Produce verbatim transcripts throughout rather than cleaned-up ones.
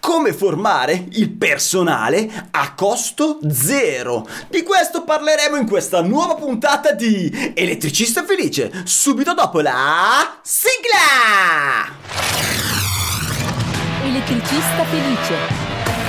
come formare il personale a costo zero. Di questo parleremo in questa nuova puntata di Elettricista Felice, subito dopo la sigla! Elettricista Felice,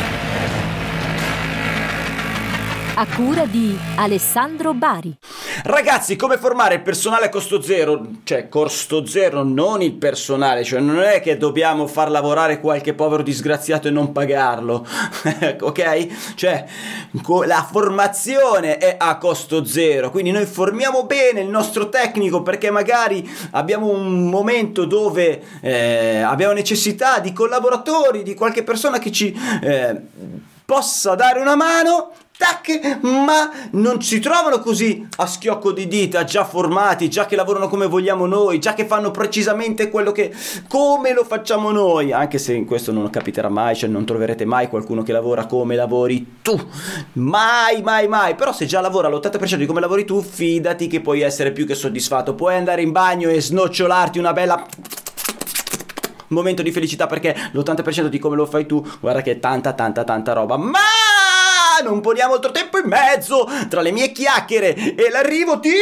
a cura di Alessandro Bari. Ragazzi, come formare il personale a costo zero? Cioè, costo zero, non il personale. Cioè, non è che dobbiamo far lavorare qualche povero disgraziato e non pagarlo. Ok? Cioè, la formazione è a costo zero. Quindi noi formiamo bene il nostro tecnico perché magari abbiamo un momento dove eh, abbiamo necessità di collaboratori, di qualche persona che ci eh, possa dare una mano. Tac, ma non si trovano così a schiocco di dita, già formati, già che lavorano come vogliamo noi, già che fanno precisamente quello che come lo facciamo noi, anche se in questo non capiterà mai, cioè non troverete mai qualcuno che lavora come lavori tu, mai mai mai. Però se già lavora l'ottanta per cento di come lavori tu, fidati che puoi essere più che soddisfatto, puoi andare in bagno e snocciolarti una bella momento di felicità, perché l'ottanta per cento di come lo fai tu, guarda che è tanta tanta tanta roba. Ma non poniamo altro tempo in mezzo tra le mie chiacchiere e l'arrivo di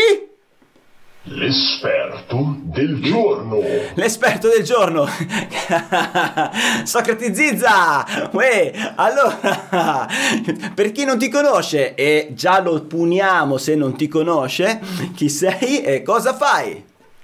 l'esperto del giorno. L'esperto del giorno Socrate Zizza. Uè, allora, per chi non ti conosce, e già lo puniamo se non ti conosce, chi sei e cosa fai?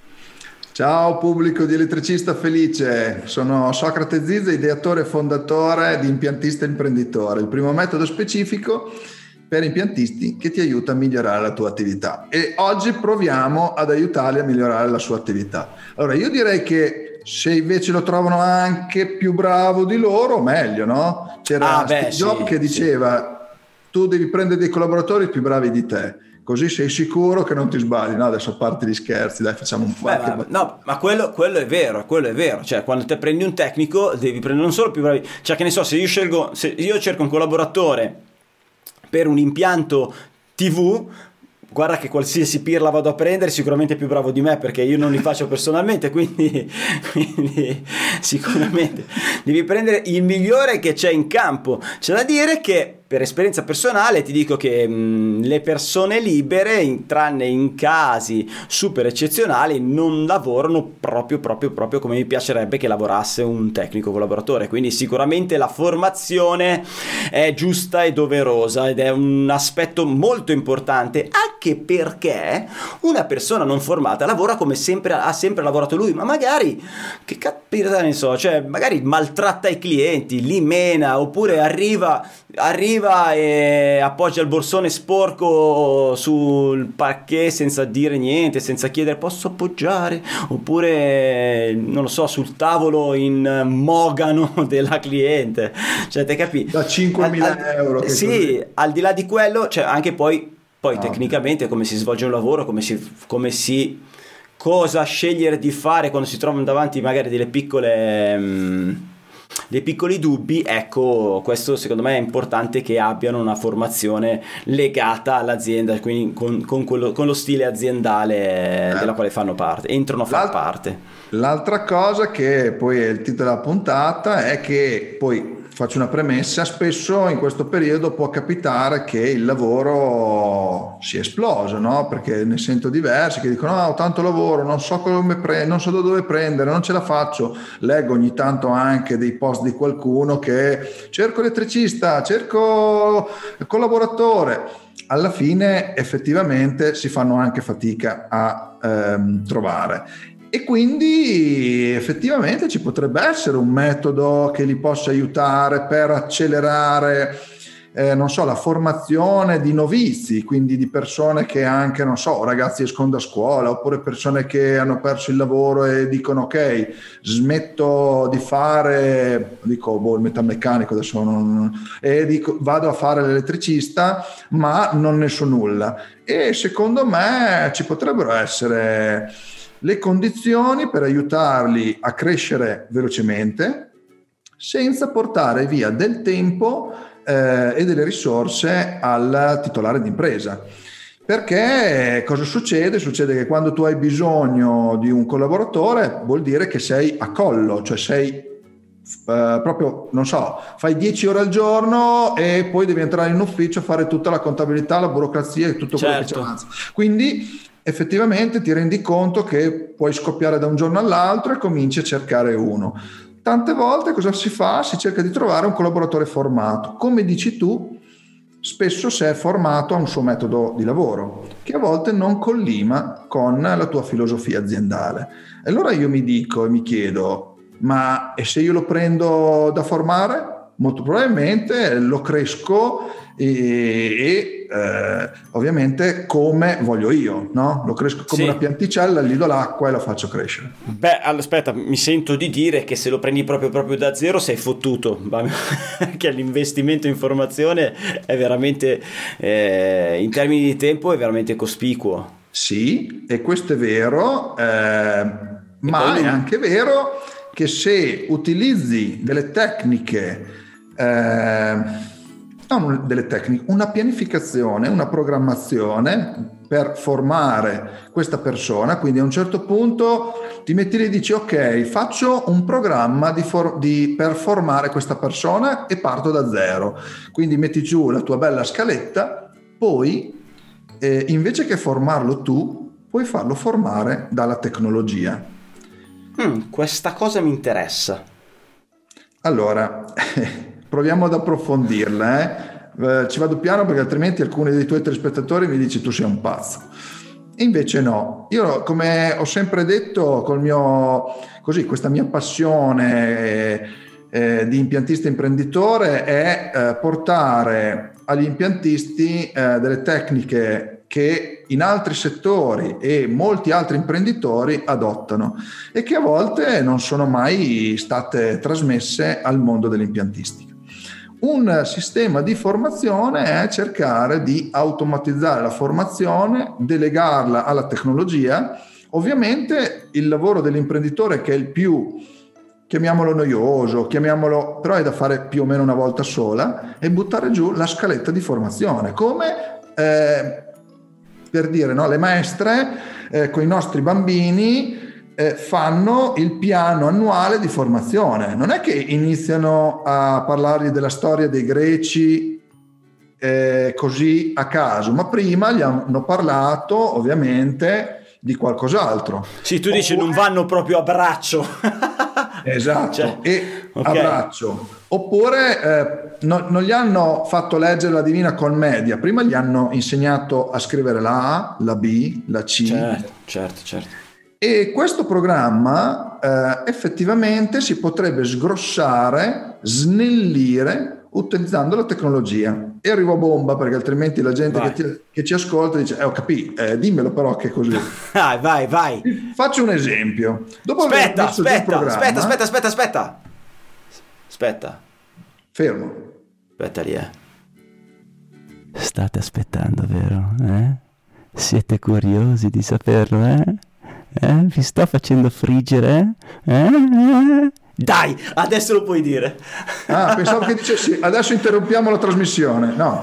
Ciao pubblico di Elettricista Felice, sono Socrate Zizza, ideatore e fondatore di Impiantista Imprenditore, il primo metodo specifico per impiantisti che ti aiuta a migliorare la tua attività, e oggi proviamo ad aiutarli a migliorare la sua attività. Allora io direi che se invece lo trovano anche più bravo di loro, meglio, no? C'era ah, Steve beh, Jobs sì, che diceva sì. Tu devi prendere dei collaboratori più bravi di te, così sei sicuro che non ti sbagli. No, adesso a parte gli scherzi, dai, facciamo un po'. Ma, no, ma quello, quello è vero, quello è vero. Cioè, quando te prendi un tecnico, devi prendere non solo più bravi. Cioè, che ne so, se io scelgo, se io cerco un collaboratore per un impianto tivù, guarda che qualsiasi pirla vado a prendere sicuramente è più bravo di me, perché io non li faccio personalmente, quindi, quindi sicuramente devi prendere il migliore che c'è in campo. C'è da dire che per esperienza personale ti dico che mh, le persone libere, in, tranne in casi super eccezionali, non lavorano proprio proprio proprio come mi piacerebbe che lavorasse un tecnico collaboratore. Quindi sicuramente la formazione è giusta e doverosa ed è un aspetto molto importante, anche perché una persona non formata lavora come sempre ha sempre lavorato lui, ma magari che capita ne so, cioè magari maltratta i clienti, li mena, oppure arriva arriva e appoggia il borsone sporco sul parquet senza dire niente, senza chiedere posso appoggiare, oppure non lo so, sul tavolo in mogano della cliente, cioè te capi? Da cinquemila euro che sì, così. Al di là di quello, cioè anche poi poi ah, tecnicamente come si svolge un lavoro, come si come si cosa scegliere di fare quando si trovano davanti magari delle piccole mh, dei piccoli dubbi. Ecco, questo secondo me è importante, che abbiano una formazione legata all'azienda, quindi con, con, quello, con lo stile aziendale eh. della quale fanno parte, entrano a far L'alt- parte. L'altra cosa, che poi è il titolo della puntata, è che poi faccio una premessa: spesso in questo periodo può capitare che il lavoro sia esploso, no? Perché ne sento diversi che dicono ah, ho tanto lavoro, non so come pre- non so da dove prendere, non ce la faccio. Leggo ogni tanto anche dei post di qualcuno che cerco elettricista, cerco collaboratore. Alla fine effettivamente si fanno anche fatica a ehm, trovare. E quindi effettivamente ci potrebbe essere un metodo che li possa aiutare per accelerare, eh, non so, la formazione di novizi, quindi di persone che anche, non so, ragazzi escono da scuola, oppure persone che hanno perso il lavoro e dicono ok, smetto di fare, dico boh, il metalmeccanico adesso non, e dico vado a fare l'elettricista, ma non ne so nulla. E secondo me ci potrebbero essere le condizioni per aiutarli a crescere velocemente senza portare via del tempo eh, e delle risorse al titolare d'impresa. Perché cosa succede? Succede che quando tu hai bisogno di un collaboratore vuol dire che sei a collo, cioè sei Uh, proprio, non so, fai dieci ore al giorno e poi devi entrare in ufficio a fare tutta la contabilità, la burocrazia e tutto quello certo. che ci avanza. Quindi effettivamente ti rendi conto che puoi scoppiare da un giorno all'altro e cominci a cercare uno. Tante volte cosa si fa? Si cerca di trovare un collaboratore formato. Come dici tu, spesso si è formato a un suo metodo di lavoro, che a volte non collima con la tua filosofia aziendale. E allora io mi dico e mi chiedo, ma e se io lo prendo da formare? Molto probabilmente lo cresco e, e eh, ovviamente come voglio io, no? Lo cresco come sì. una pianticella, gli do l'acqua e lo faccio crescere. Beh, aspetta, mi sento di dire che se lo prendi proprio proprio da zero sei fottuto, che l'investimento in formazione è veramente, eh, in termini di tempo, è veramente cospicuo. Sì, e questo è vero, eh, ma è non... anche vero che se utilizzi delle tecniche, eh, non delle tecniche, una pianificazione, una programmazione per formare questa persona, quindi a un certo punto ti metti lì e dici ok, faccio un programma di for- di, per formare questa persona e parto da zero, quindi metti giù la tua bella scaletta, poi eh, invece che formarlo tu, puoi farlo formare dalla tecnologia. Mm, questa cosa mi interessa. Allora, proviamo ad approfondirla. Eh? Eh, ci vado piano perché altrimenti alcuni dei tuoi telespettatori mi dici tu sei un pazzo. E invece no. Io, come ho sempre detto, col mio, così, questa mia passione eh, di impiantista imprenditore è eh, portare agli impiantisti eh, delle tecniche che in altri settori e molti altri imprenditori adottano e che a volte non sono mai state trasmesse al mondo dell'impiantistica. Un sistema di formazione è cercare di automatizzare la formazione, delegarla alla tecnologia. Ovviamente il lavoro dell'imprenditore, che è il più, chiamiamolo noioso, chiamiamolo, però è da fare più o meno una volta sola, è buttare giù la scaletta di formazione, come eh, per dire, no, le maestre eh, con i nostri bambini eh, fanno il piano annuale di formazione. Non è che iniziano a parlargli della storia dei greci eh, così a caso, ma prima gli hanno parlato ovviamente di qualcos'altro. Sì, tu Oppure... dici non vanno proprio a braccio. Esatto, cioè, e okay. a braccio. Oppure eh, no, non gli hanno fatto leggere la Divina Commedia, prima gli hanno insegnato a scrivere la A, la B, la C. Certo, certo, certo. E questo programma eh, effettivamente si potrebbe sgrossare, snellire utilizzando la tecnologia. E arrivo a bomba perché altrimenti la gente che, ti, che ci ascolta dice eh, ho capito, eh, dimmelo però che è così. Vai, vai, vai. Faccio un esempio. Dopo aspetta, aspetta, aspetta, aspetta, aspetta, aspetta. Aspetta. Fermo. Aspetta lì, eh. State aspettando, vero? Eh? Siete curiosi di saperlo, eh? Eh? Vi sto facendo friggere, eh? Eh? Dai, adesso lo puoi dire. Ah, pensavo che dicessi adesso interrompiamo la trasmissione. No.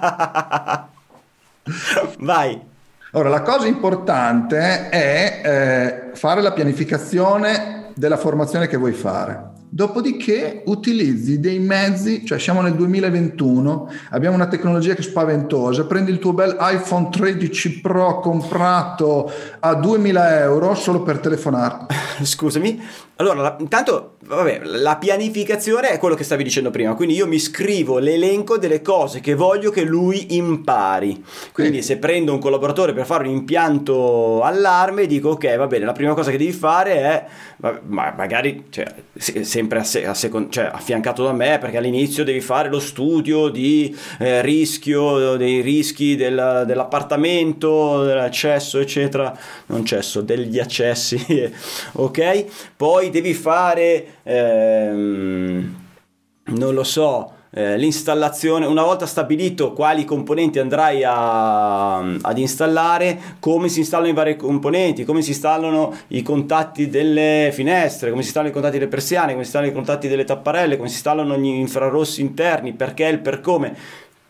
Vai. Ora, la cosa importante è eh, fare la pianificazione della formazione che vuoi fare. Dopodiché utilizzi dei mezzi, cioè siamo nel duemilaventuno, abbiamo una tecnologia che è spaventosa, prendi il tuo bel iPhone tredici Pro comprato a duemila euro solo per telefonare. Scusami, allora la, intanto vabbè, la pianificazione è quello che stavi dicendo prima, quindi io mi scrivo l'elenco delle cose che voglio che lui impari, quindi sì. Se prendo un collaboratore per fare un impianto allarme dico ok, va bene, la prima cosa che devi fare è ma magari cioè, sempre a se, a second, cioè, affiancato da me, perché all'inizio devi fare lo studio di eh, rischio, dei rischi del, dell'appartamento, dell'accesso eccetera, non cesso, degli accessi ok, poi devi fare ehm, non lo so eh, l'installazione, una volta stabilito quali componenti andrai a, ad installare, come si installano i vari componenti, come si installano i contatti delle finestre, come si installano i contatti delle persiane, come si installano i contatti delle tapparelle, come si installano gli infrarossi interni, perché il per come.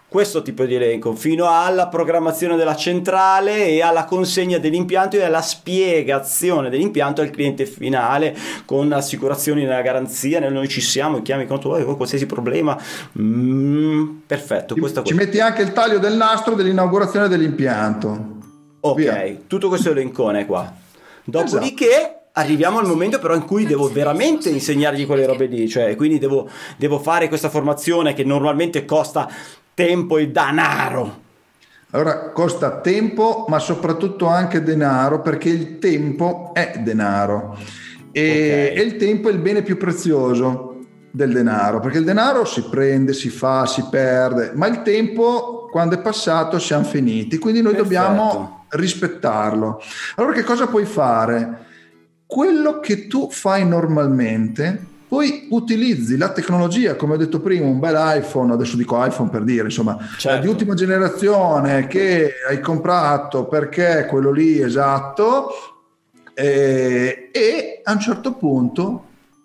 questo tipo di elenco, fino alla programmazione della centrale e alla consegna dell'impianto e alla spiegazione dell'impianto al cliente finale, con assicurazioni nella garanzia, noi ci siamo, chiami quanto vuoi, qualsiasi problema. Mm, perfetto. Ci, questa ci metti anche il taglio del nastro dell'inaugurazione dell'impianto. Ok, Via. tutto questo elencone qua. Dopodiché esatto. Arriviamo al momento però in cui devo veramente insegnargli quelle robe lì, cioè quindi devo, devo fare questa formazione che normalmente costa tempo e denaro. Allora costa tempo, ma soprattutto anche denaro, perché il tempo è denaro e, okay. e il tempo è il bene più prezioso del denaro, perché il denaro si prende, si fa, si perde, ma il tempo quando è passato siamo finiti, quindi noi Perfetto. Dobbiamo rispettarlo. Allora che cosa puoi fare? Quello che tu fai normalmente, poi utilizzi la tecnologia, come ho detto prima, un bel iPhone, adesso dico iPhone per dire, insomma, certo. di ultima generazione che hai comprato perché quello lì esatto, eh, e a un certo punto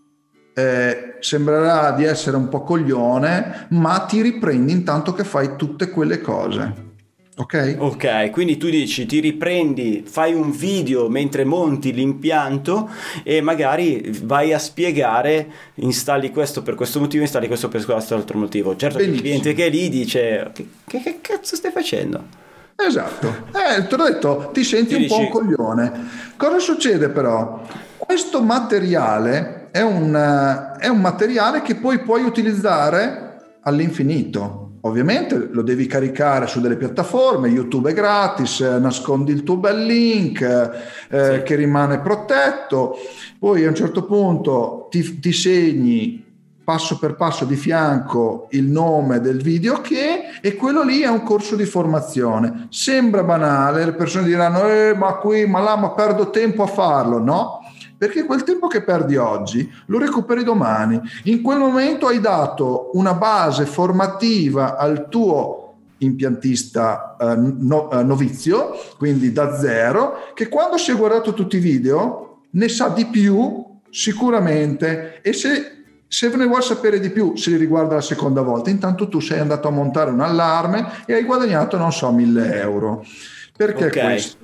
eh, sembrerà di essere un po' coglione, ma ti riprendi intanto che fai tutte quelle cose. Ok, ok, quindi tu dici ti riprendi, fai un video mentre monti l'impianto e magari vai a spiegare, installi questo per questo motivo, installi questo per questo altro motivo. Certo, Benissimo. Il cliente che è lì dice che, che, che cazzo stai facendo? Esatto, eh, te l'ho detto, ti senti ti un dici... po' un coglione. Cosa succede però? Questo materiale è un, è un materiale che poi puoi utilizzare all'infinito. Ovviamente lo devi caricare su delle piattaforme, YouTube è gratis, nascondi il tuo bel link eh, sì. che rimane protetto, poi a un certo punto ti, ti segni passo per passo di fianco il nome del video che, e quello lì è un corso di formazione. Sembra banale, le persone diranno eh, ma qui, ma là, ma perdo tempo a farlo. No, perché quel tempo che perdi oggi lo recuperi domani. In quel momento hai dato una base formativa al tuo impiantista eh, no, eh, novizio, quindi da zero, che quando si è guardato tutti i video ne sa di più sicuramente, e se, se ne vuoi sapere di più se li riguarda la seconda volta. Intanto tu sei andato a montare un allarme e hai guadagnato non so mille euro. Perché okay. questo?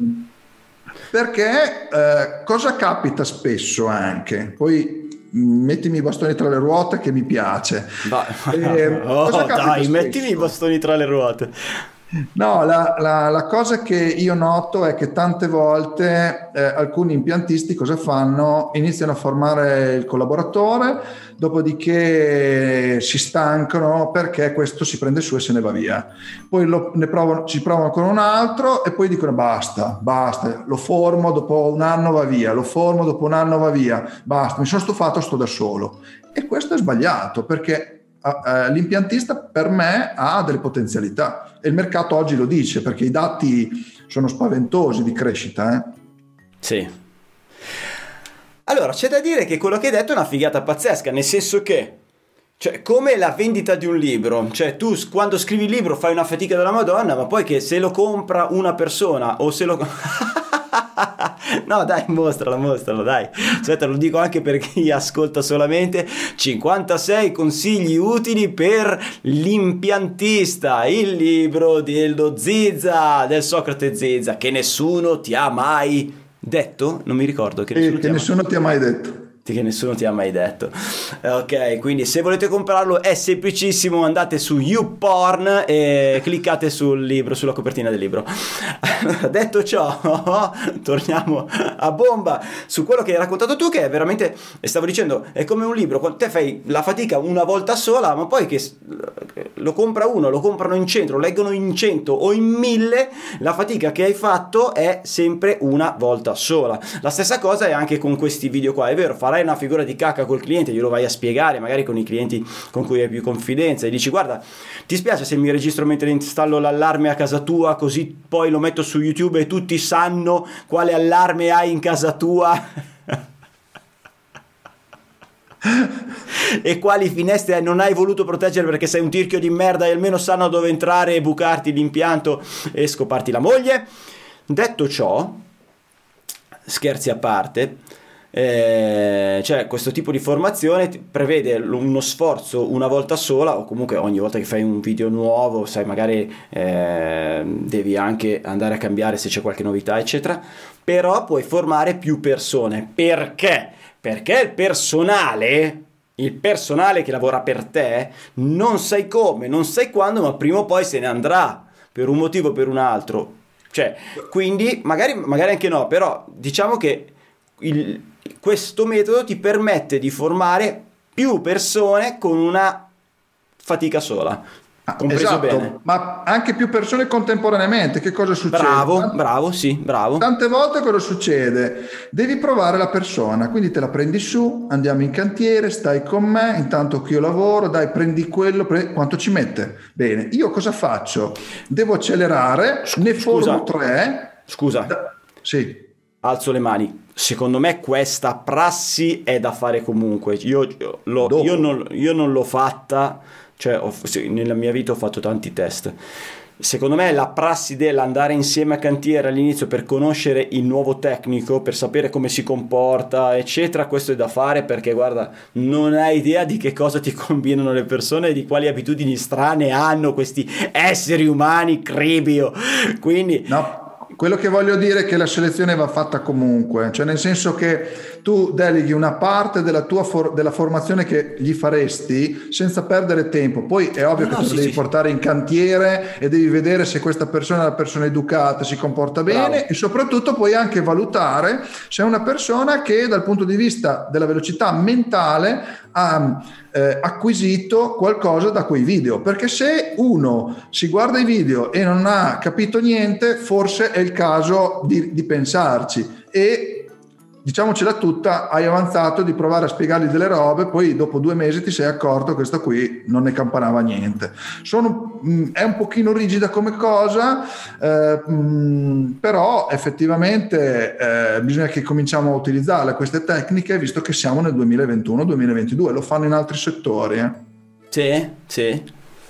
Perché eh, cosa capita spesso anche, poi mettimi i bastoni tra le ruote che mi piace. Va- eh, oh, dai, spesso? Mettimi i bastoni tra le ruote. No, la, la, la cosa che io noto è che tante volte eh, alcuni impiantisti cosa fanno? Iniziano a formare il collaboratore, dopodiché si stancano perché questo si prende su e se ne va via. Poi lo, ne provano, ci provano con un altro e poi dicono basta, basta, lo formo, dopo un anno va via, lo formo, dopo un anno va via, basta, mi sono stufato, sto da solo. E questo è sbagliato, perché Uh, l'impiantista per me ha delle potenzialità e il mercato oggi lo dice, perché i dati sono spaventosi di crescita. Eh? Sì. Allora c'è da dire che quello che hai detto è una figata pazzesca, nel senso che, cioè, come la vendita di un libro, cioè tu quando scrivi il libro fai una fatica della Madonna, ma poi che se lo compra una persona o se lo no dai, mostralo, mostralo, dai. Aspetta, lo dico anche per chi ascolta solamente. Cinquantasei consigli utili per l'impiantista, il libro dello Zizza, del Socrate Zizza, che nessuno ti ha mai detto, non mi ricordo che nessuno, eh, ti, che ha nessuno mai... ti ha mai detto che nessuno ti ha mai detto. Ok, quindi se volete comprarlo è semplicissimo, andate su YouPorn e cliccate sul libro, sulla copertina del libro. Detto ciò, torniamo a bomba su quello che hai raccontato tu, che è veramente, stavo dicendo, è come un libro, te fai la fatica una volta sola, ma poi che lo compra uno, lo comprano in cento, lo leggono in cento o in mille, la fatica che hai fatto è sempre una volta sola. La stessa cosa è anche con questi video qua, è vero, farai una figura di cacca col cliente, glielo vai a spiegare magari con i clienti con cui hai più confidenza e dici guarda, ti spiace se mi registro mentre installo l'allarme a casa tua, così poi lo metto su YouTube e tutti sanno quale allarme hai in casa tua e quali finestre non hai voluto proteggere perché sei un tirchio di merda e almeno sanno dove entrare e bucarti l'impianto e scoparti la moglie. Detto ciò, scherzi a parte, Eh, cioè questo tipo di formazione prevede uno sforzo una volta sola, o comunque ogni volta che fai un video nuovo, sai, magari eh, devi anche andare a cambiare se c'è qualche novità eccetera, però puoi formare più persone. Perché? Perché il personale il personale che lavora per te non sai come, non sai quando, ma prima o poi se ne andrà per un motivo o per un altro, cioè quindi magari, magari anche no, però diciamo che il questo metodo ti permette di formare più persone con una fatica sola. Compreso esatto, bene. Ma anche più persone contemporaneamente. Che cosa succede? Bravo, Tante, bravo, sì, bravo. Tante volte cosa succede? Devi provare la persona, quindi te la prendi su, andiamo in cantiere, stai con me, intanto che io lavoro, dai, prendi quello, prendi... quanto ci mette? Bene, io cosa faccio? Devo accelerare, S- ne formo tre. Scusa, da... sì. Alzo le mani. Secondo me questa prassi è da fare comunque. Io, lo, io, non, io non l'ho fatta, cioè ho, nella mia vita ho fatto tanti test. Secondo me la prassi dell'andare insieme a cantiere all'inizio per conoscere il nuovo tecnico, per sapere come si comporta eccetera, questo è da fare, perché guarda, non hai idea di che cosa ti combinano le persone e di quali abitudini strane hanno questi esseri umani cribio. Quindi no. Quello che voglio dire è che la selezione va fatta comunque, cioè nel senso che tu deleghi una parte della tua for- della formazione che gli faresti senza perdere tempo. Poi è ovvio no, che no, tu sì, devi sì. portare in cantiere e devi vedere se questa persona è una persona educata, si comporta bene. Bravo. E soprattutto puoi anche valutare se è una persona che dal punto di vista della velocità mentale ha eh, acquisito qualcosa da quei video, perché se uno si guarda i video e non ha capito niente, forse è il caso di, di pensarci. E diciamocela tutta, hai avanzato di provare a spiegargli delle robe, poi dopo due mesi ti sei accorto che questo qui non ne campanava niente. Sono, mh, è un pochino rigida come cosa, eh, mh, però effettivamente eh, bisogna che cominciamo a utilizzarle queste tecniche, visto che siamo nel duemilaventuno duemilaventidue, lo fanno in altri settori. Eh. Sì, sì.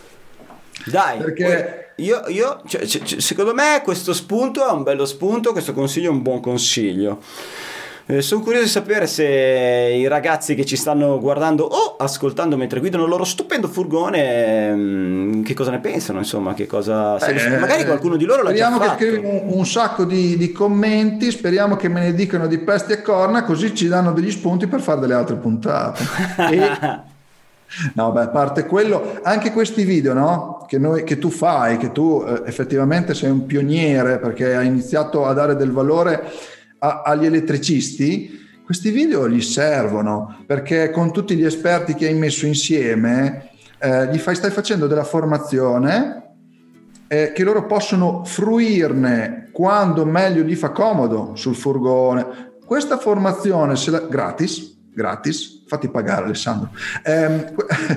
Dai, perché io, io cioè, cioè, secondo me questo spunto è un bello spunto, questo consiglio è un buon consiglio. Eh, sono curioso di sapere se i ragazzi che ci stanno guardando o ascoltando mentre guidano il loro stupendo furgone, mh, che cosa ne pensano, insomma, che cosa se eh, magari qualcuno di loro l'ha già fatto. Speriamo che scrivano un sacco di, di commenti, speriamo che me ne dicano di pesti e corna, così ci danno degli spunti per fare delle altre puntate. E... No, beh, a parte quello, anche questi video, no? Che, noi, che tu fai, che tu eh, effettivamente sei un pioniere perché hai iniziato a dare del valore a, agli elettricisti, questi video gli servono perché con tutti gli esperti che hai messo insieme eh, gli fai, stai facendo della formazione eh, che loro possono fruirne quando meglio gli fa comodo sul furgone. Questa formazione se la, gratis gratis, fatti pagare Alessandro. Eh,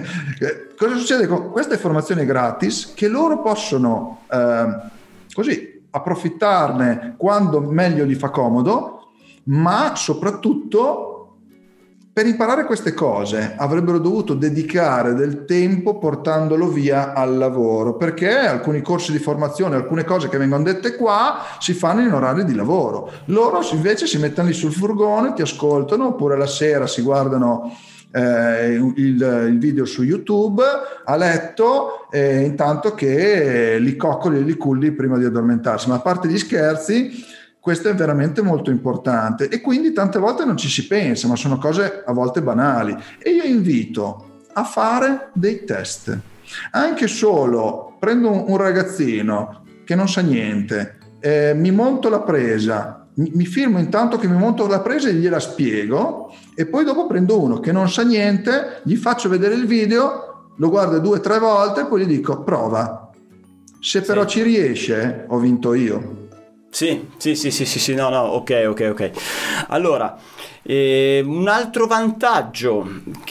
cosa succede con queste formazioni gratis? Che loro possono eh, così approfittarne quando meglio gli fa comodo, ma soprattutto per imparare queste cose avrebbero dovuto dedicare del tempo portandolo via al lavoro, perché alcuni corsi di formazione, alcune cose che vengono dette qua si fanno in orario di lavoro. Loro invece si mettono lì sul furgone, ti ascoltano, oppure la sera si guardano eh, il, il video su YouTube a letto, eh, intanto che li coccoli e li culli prima di addormentarsi. Ma a parte gli scherzi, questo è veramente molto importante e quindi tante volte non ci si pensa, ma sono cose a volte banali. E io invito a fare dei test. Anche solo prendo un, un ragazzino che non sa niente, eh, mi monto la presa, mi, mi filmo intanto che mi monto la presa e gliela spiego, e poi dopo prendo uno che non sa niente, gli faccio vedere il video, lo guardo due o tre volte e poi gli dico prova. Se però sì. ci riesce, ho vinto io. Sì, sì, sì, sì, sì, sì, no, no, ok, ok, ok. Allora, eh, un altro vantaggio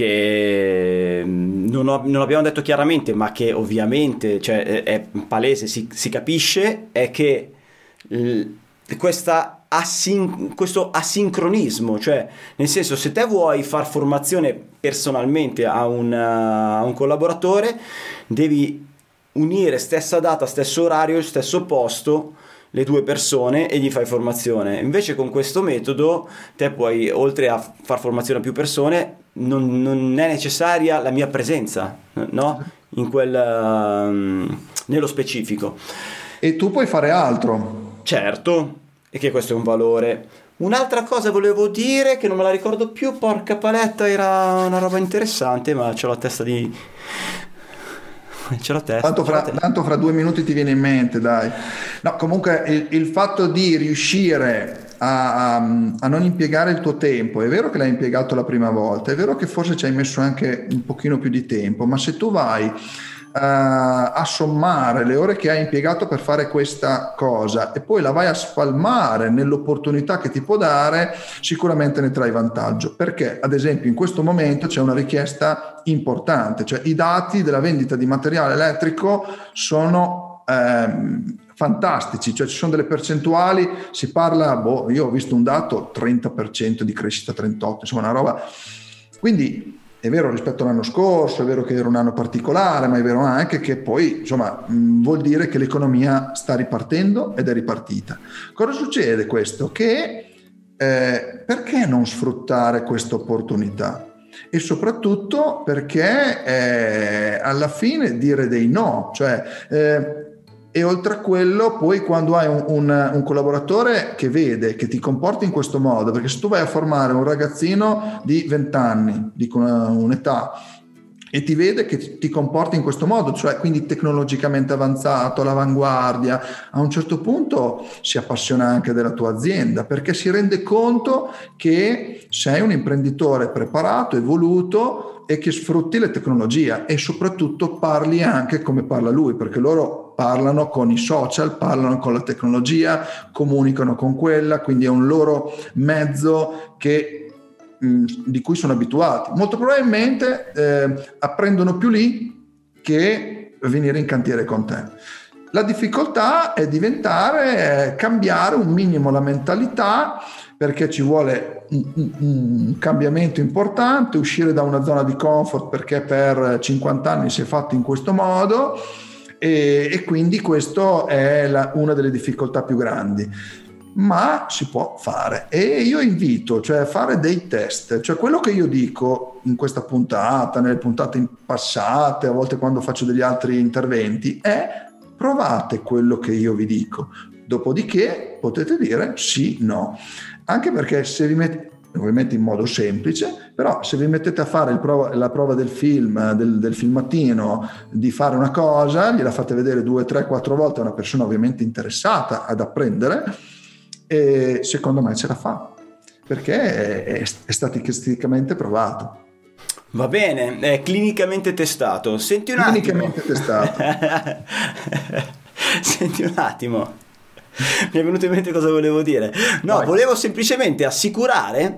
che non, ho, non abbiamo detto chiaramente, ma che ovviamente, cioè, è, è palese, si, si capisce, è che l, questa asin, questo asincronismo, cioè, nel senso, se te vuoi far formazione personalmente a un, a un collaboratore, devi unire stessa data, stesso orario, stesso posto, le due persone e gli fai formazione. Invece con questo metodo te puoi, oltre a far formazione a più persone, non, non è necessaria la mia presenza, no? In quel, um, nello specifico. E tu puoi fare altro. Certo, e che questo è un valore. Un'altra cosa volevo dire che non me la ricordo più, porca paletta, era una roba interessante, ma c'ho la testa di... c'è la testa. Tanto fra, tanto fra due minuti ti viene in mente, dai. No, comunque il, il fatto di riuscire a, a, a non impiegare il tuo tempo, è vero che l'hai impiegato la prima volta, è vero che forse ci hai messo anche un pochino più di tempo, ma se tu vai Uh, a sommare le ore che hai impiegato per fare questa cosa e poi la vai a spalmare nell'opportunità che ti può dare, sicuramente ne trai vantaggio, perché ad esempio in questo momento c'è una richiesta importante, cioè i dati della vendita di materiale elettrico sono ehm, fantastici, cioè ci sono delle percentuali, si parla, boh, io ho visto un dato trenta per cento di crescita, trentotto, insomma una roba, quindi è vero rispetto all'anno scorso, è vero che era un anno particolare, ma è vero anche che poi insomma mh, vuol dire che l'economia sta ripartendo ed è ripartita. Cosa succede questo? Che eh, perché non sfruttare questa opportunità? E soprattutto perché eh, alla fine dire dei no, cioè eh, e oltre a quello poi quando hai un, un, un collaboratore che vede che ti comporti in questo modo, perché se tu vai a formare un ragazzino di venti anni, dico una, un'età, e ti vede che ti, ti comporti in questo modo, cioè quindi tecnologicamente avanzato, all'avanguardia, a un certo punto si appassiona anche della tua azienda, perché si rende conto che sei un imprenditore preparato, evoluto e che sfrutti le tecnologie e soprattutto parli anche come parla lui, perché loro parlano con i social, parlano con la tecnologia, comunicano con quella, quindi è un loro mezzo che, mh, di cui sono abituati. Molto probabilmente eh, apprendono più lì che venire in cantiere con te. La difficoltà è diventare, eh, cambiare un minimo la mentalità, perché ci vuole un, un, un cambiamento importante, uscire da una zona di comfort perché per cinquanta anni si è fatto in questo modo e, e quindi questo è la, una delle difficoltà più grandi, ma si può fare e io invito cioè a fare dei test, cioè quello che io dico in questa puntata, nelle puntate passate, a volte quando faccio degli altri interventi, è provate quello che io vi dico, dopodiché potete dire sì, no. Anche perché se vi mettete, ovviamente in modo semplice, però se vi mettete a fare il prova, la prova del film, del, del filmatino, di fare una cosa, gliela fate vedere due, tre, quattro volte a una persona ovviamente interessata ad apprendere, e secondo me ce la fa, perché è, è statisticamente provato. Va bene, è clinicamente testato. Senti un clinicamente attimo. testato. Senti un attimo. Mi è venuto in mente cosa volevo dire. No, Vai. Volevo semplicemente assicurare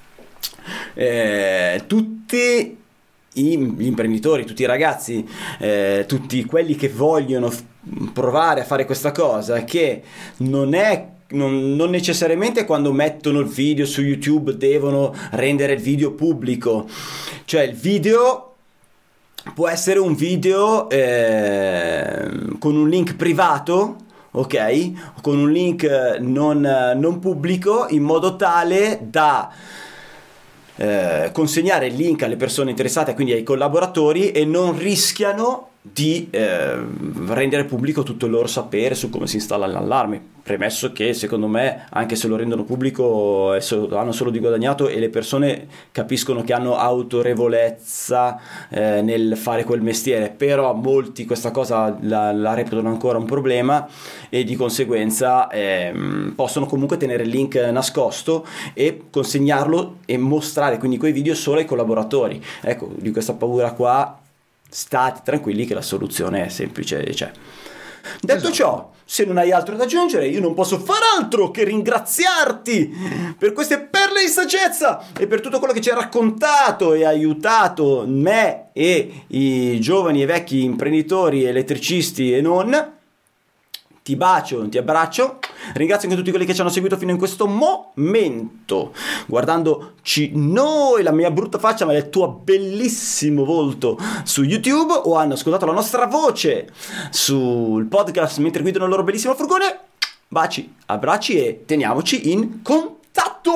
eh, tutti gli imprenditori, tutti i ragazzi, eh, tutti quelli che vogliono f- provare a fare questa cosa, che non è Non, non necessariamente quando mettono il video su YouTube devono rendere il video pubblico, cioè il video può essere un video eh, con un link privato, ok? Con un link non, non pubblico, in modo tale da eh, consegnare il link alle persone interessate, quindi ai collaboratori, e non rischiano di eh, rendere pubblico tutto il loro sapere su come si installa l'allarme. Premesso che secondo me, anche se lo rendono pubblico, hanno solo di guadagnato e le persone capiscono che hanno autorevolezza eh, nel fare quel mestiere, però molti questa cosa la, la reputano ancora un problema e di conseguenza eh, possono comunque tenere il link nascosto e consegnarlo e mostrare quindi quei video solo ai collaboratori. Ecco, di questa paura qua state tranquilli che la soluzione è semplice, cioè. Detto esatto. Ciò, se non hai altro da aggiungere, io non posso far altro che ringraziarti per queste perle di saggezza e per tutto quello che ci hai raccontato e aiutato me e i giovani e vecchi imprenditori elettricisti e non. Ti bacio, ti abbraccio, ringrazio anche tutti quelli che ci hanno seguito fino in questo momento, guardandoci noi, la mia brutta faccia ma il tuo bellissimo volto su YouTube, o hanno ascoltato la nostra voce sul podcast mentre guidano il loro bellissimo furgone. Baci, abbracci e teniamoci in contatto!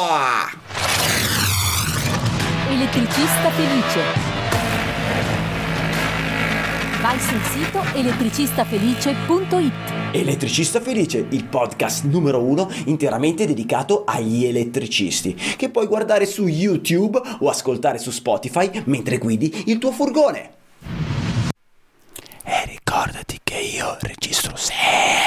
Elettricista felice. Vai sul sito elettricistafelice punto it. Elettricista Felice, il podcast numero uno interamente dedicato agli elettricisti, che puoi guardare su YouTube o ascoltare su Spotify mentre guidi il tuo furgone. E ricordati che io registro sempre